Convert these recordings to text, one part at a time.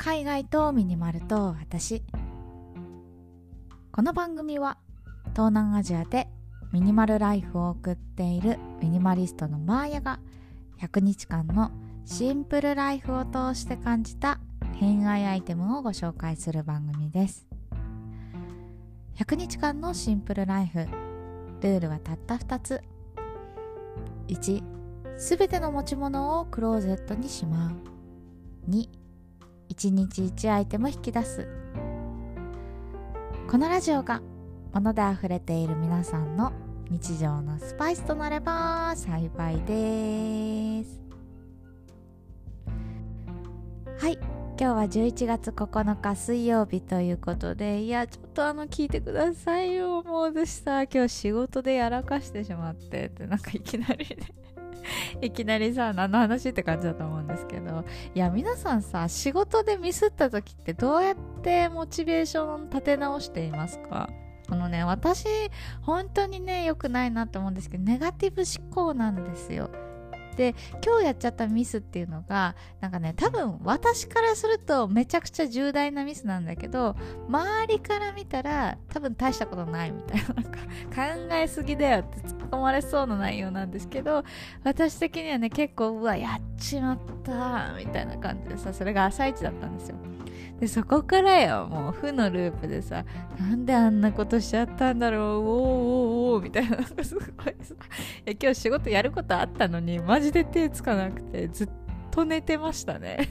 海外とミニマルと私。この番組は東南アジアでミニマルライフを送っているミニマリストのマーヤが100日間のシンプルライフを通して感じた偏愛アイテムをご紹介する番組です。100日間のシンプルライフ、ルールはたった2つ。1、すべての持ち物をクローゼットにしまう。2、1日1アイテム引き出す。このラジオが物で溢れている皆さんの日常のスパイスとなれば幸いです。はい、今日は11月9日水曜日ということで、ちょっと聞いてくださいよ。もう私さ、今日仕事でやらかしてしまっていきなりねいきなりさ、何の話って感じだと思うんですけど、皆さんさ、仕事でミスった時ってどうやってモチベーション立て直していますか？私本当にね、良くないなと思うんですけど、ネガティブ思考なんですよ。で、今日やっちゃったミスっていうのが多分私からするとめちゃくちゃ重大なミスなんだけど、周りから見たら多分大したことないみたいな、考えすぎだよって突っ込まれそうな内容なんですけど、私的にはね、結構やっちまったみたいな感じでさ、それが朝一だったんですよ。で、そこからよ、もう負のループでさ、なんであんなことしちゃったんだろう、おーみたいな、すごいさ、今日仕事やることあったのにマジで手つかなくてずっと寝てましたね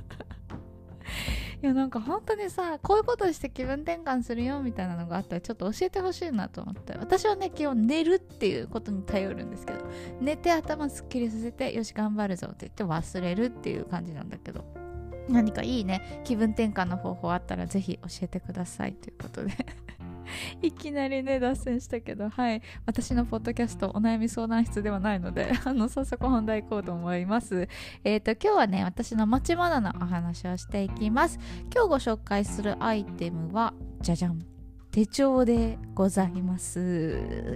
本当にさ、こういうことして気分転換するよみたいなのがあったらちょっと教えてほしいなと思って。私はね、基本寝るっていうことに頼るんですけど、寝て頭すっきりさせて、よし頑張るぞって言って忘れるっていう感じなんだけど、何かいいね、気分転換の方法あったらぜひ教えてくださいということでいきなりね、脱線したけど、はい、私のポッドキャストお悩み相談室ではないので早速本題行こうと思います。今日はね、私の持ち物のお話をしていきます。今日ご紹介するアイテムはじゃじゃん、手帳でございます。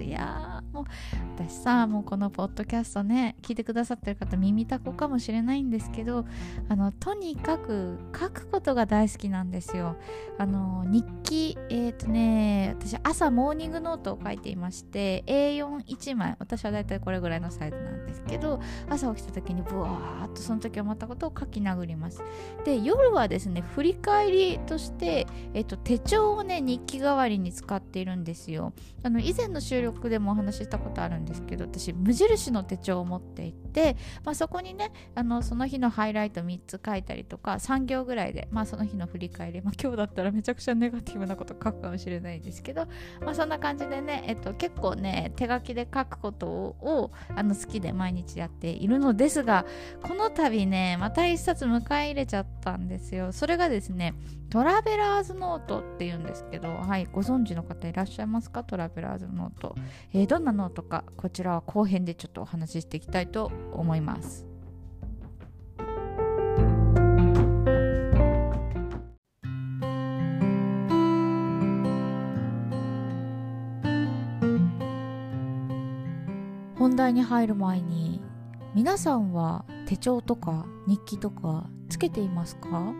もう私さ、もうこのポッドキャストね、聞いてくださってる方耳たこかもしれないんですけど、とにかく書くことが大好きなんですよ。日記、私朝モーニングノートを書いていまして、 A41 枚、私はだいたいこれぐらいのサイズなんですけど、朝起きた時にブワーっとその時思ったことを書き殴ります。で、夜はですね、振り返りとして、手帳をね、日記代わりに使っているんですよ。以前の収録でもお話ししたことあるんですけど、私無印の手帳を持っていて、そこにね、その日のハイライト3つ書いたりとか、3行ぐらいで、その日の振り返り、今日だったらめちゃくちゃネガティブなこと書くかもしれないんですけど、そんな感じでね、結構ね、手書きで書くことを好きで毎日やっているのですが、この度ね、また一冊迎え入れちゃったんですよ。それがですね、トラベラーズノートっていうんですけど、はい、ご存知の方いらっしゃいますか？トラベラーズノート、どんなノートか、こちらは後編でちょっとお話ししていきたいと思います。本題に入る前に、皆さんは手帳とか日記とかつけていますか？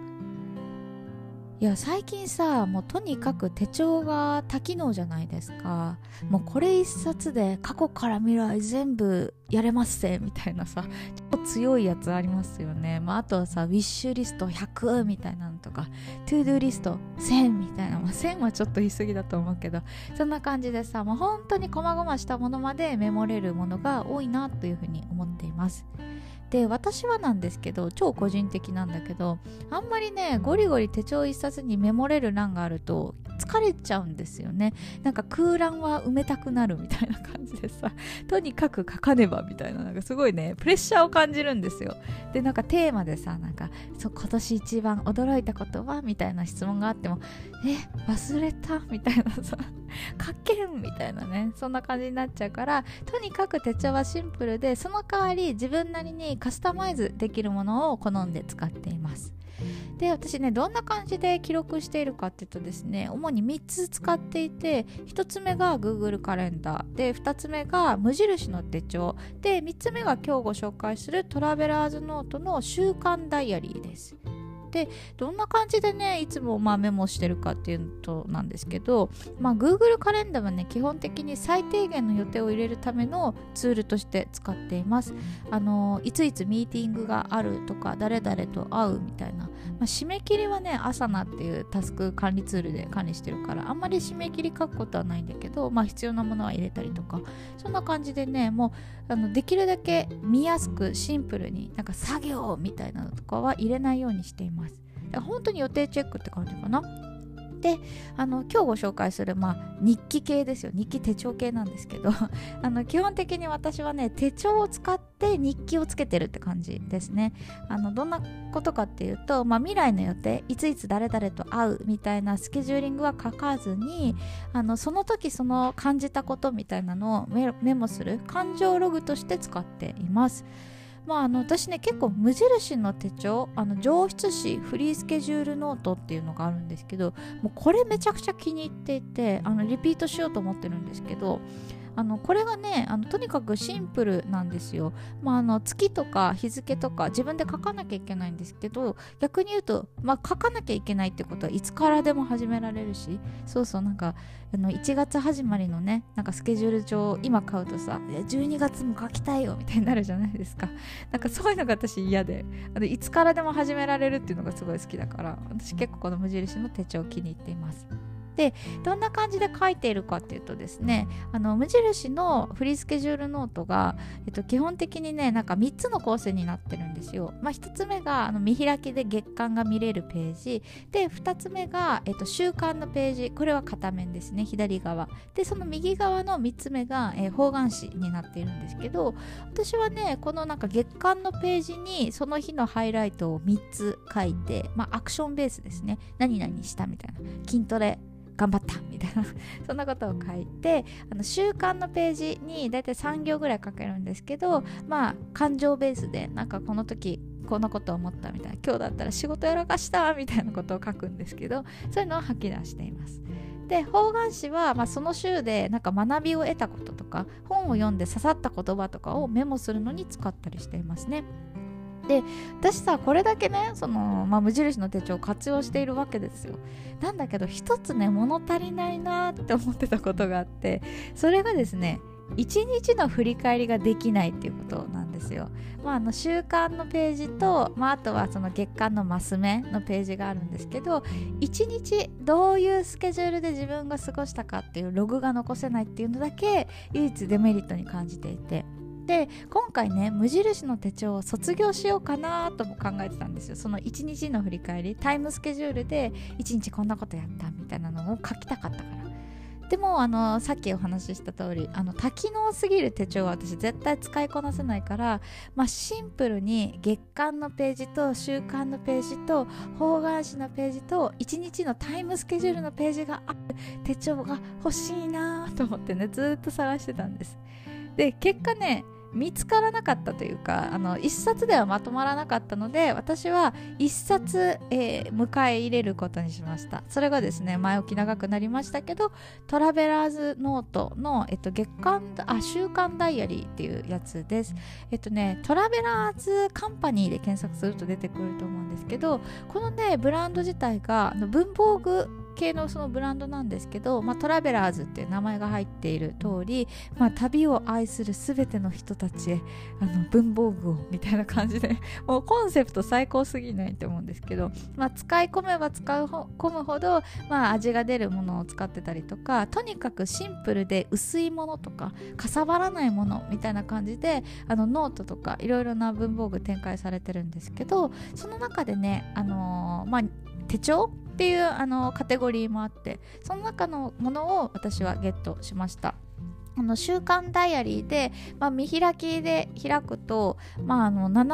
最近さ、もうとにかく手帳が多機能じゃないですか。もうこれ一冊で過去から未来全部やれますぜみたいなさ、ちょっと強いやつありますよね。あとはさ、ウィッシュリスト100みたいなのとか、トゥードゥーリスト1000みたいな、1000はちょっと言い過ぎだと思うけど、そんな感じでさ、もう本当に細々したものまでメモれるものが多いなというふうに思っています。で、私はなんですけど、超個人的なんだけど、あんまりね、ゴリゴリ手帳一冊にメモれる欄があると疲れちゃうんですよね。空欄は埋めたくなるみたいな感じでさ、とにかく書かねばみたいな、すごいね、プレッシャーを感じるんですよ。で、テーマでさ、今年一番驚いたことはみたいな質問があっても、忘れたみたいなさ、書けんみたいなね、そんな感じになっちゃうから、とにかく手帳はシンプルで、その代わり自分なりにカスタマイズできるものを好んで使っています。で、私ね、どんな感じで記録しているかっていうとですね、主に3つ使っていて、1つ目が Google カレンダーで、2つ目が無印の手帳で、3つ目が今日ご紹介するトラベラーズノートの週間ダイアリーです。 でどんな感じでねいつもメモしてるかっていうとなんですけど、Google カレンダーはね基本的に最低限の予定を入れるためのツールとして使っています。いついつミーティングがあるとか誰々と会うみたいな、締め切りはねアサナっていうタスク管理ツールで管理してるからあんまり締め切り書くことはないんだけど、必要なものは入れたりとかそんな感じでねもうできるだけ見やすくシンプルになんか作業みたいなのとかは入れないようにしています。だから本当に予定チェックって感じかな。で今日ご紹介する、日記系ですよ。日記手帳系なんですけど基本的に私はね手帳を使って日記をつけてるって感じですね。どんなことかっていうと、未来の予定いついつ誰々と会うみたいなスケジューリングは書かずにその時その感じたことみたいなのをメモする感情ログとして使っています。私ね結構無印の手帳上質紙フリースケジュールノートっていうのがあるんですけど、もうこれめちゃくちゃ気に入っていてリピートしようと思ってるんですけど、これがねとにかくシンプルなんですよ。月とか日付とか自分で書かなきゃいけないんですけど、逆に言うと、書かなきゃいけないってことはいつからでも始められるし、なんか1月始まりのねなんかスケジュール帳今買うとさ12月も書きたいよみたいになるじゃないですか。なんかそういうのが私嫌でいつからでも始められるっていうのがすごい好きだから、私結構この無印の手帳を気に入っています。でどんな感じで書いているかっていうとですね、無印のフリースケジュールノートが、基本的にねなんか3つの構成になってるんですよ。1つ目が見開きで月間が見れるページで、2つ目が、週間のページ、これは片面ですね左側で、その右側の3つ目が、方眼紙になっているんですけど、私はねこのなんか月間のページにその日のハイライトを3つ書いて、アクションベースですね、何々したみたいな、筋トレ頑張ったみたいなそんなことを書いて、週間のページにだいたい3行ぐらい書けるんですけど、感情ベースでなんかこの時こんなことを思ったみたいな、今日だったら仕事やらかしたみたいなことを書くんですけど、そういうのを吐き出しています。で方眼紙は、その週でなんか学びを得たこととか本を読んで刺さった言葉とかをメモするのに使ったりしていますね。で私さこれだけね無印の手帳を活用しているわけですよ。なんだけど一つね物足りないなって思ってたことがあって、それがですね1日の振り返りができないっていうことなんですよ。週間のページと、あとはその月間のマス目のページがあるんですけど、1日どういうスケジュールで自分が過ごしたかっていうログが残せないっていうのだけ唯一デメリットに感じていて、で今回ね無印の手帳を卒業しようかなとも考えてたんですよ。その1日の振り返りタイムスケジュールで1日こんなことやったみたいなのを書きたかったから。でもさっきお話しした通り多機能すぎる手帳は私絶対使いこなせないから、シンプルに月間のページと週間のページと方眼紙のページと1日のタイムスケジュールのページがある手帳が欲しいなと思ってねずっと探してたんです。で結果ね見つからなかったというか一冊ではまとまらなかったので、私は一冊、迎え入れることにしました。それがですね前置き長くなりましたけどトラベラーズノートの、週刊ダイアリーっていうやつです。トラベラーズカンパニーで検索すると出てくると思うんですけど、このねブランド自体が文房具系のそのブランドなんですけど、トラベラーズっていう名前が入っている通り、旅を愛するすべての人たちへ文房具をみたいな感じでもうコンセプト最高すぎないと思うんですけど、使い込めば使い込むほど、味が出るものを使ってたりとか、とにかくシンプルで薄いものとかかさばらないものみたいな感じでノートとかいろいろな文房具展開されてるんですけど、その中でね手帳っていうカテゴリーもあって、その中のものを私はゲットしました。週刊ダイアリーで、見開きで開く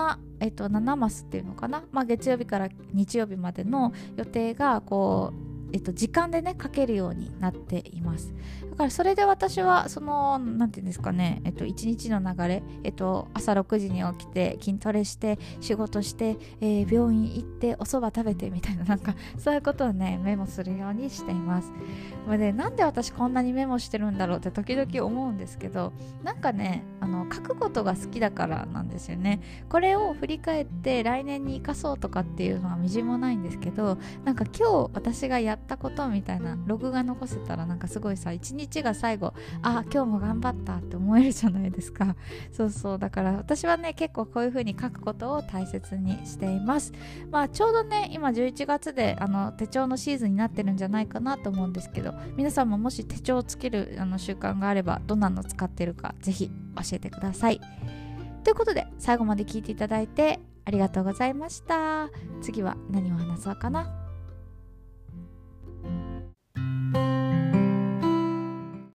と、7マスっていうのかな、月曜日から日曜日までの予定がこう時間でね書けるようになっています。だからそれで私はそのなんていうんですかね、一日の流れ、朝6時に起きて筋トレして仕事して、病院行ってお蕎麦食べてみたいな、なんかそういうことをねメモするようにしています。でなんで私こんなにメモしてるんだろうって時々思うんですけど、なんかね書くことが好きだからなんですよね。これを振り返って来年に生かそうとかっていうのはみじんもないんですけど、なんか今日私がやったことみたいなログが残せたら、なんかすごいさ、一日が最後今日も頑張ったって思えるじゃないですか。そうだから私はね結構こういう風に書くことを大切にしています。ちょうどね今11月で手帳のシーズンになってるんじゃないかなと思うんですけど、皆さんももし手帳をつける習慣があればどんなの使ってるかぜひ教えてください。ということで最後まで聞いていただいてありがとうございました。次は何を話そうかな。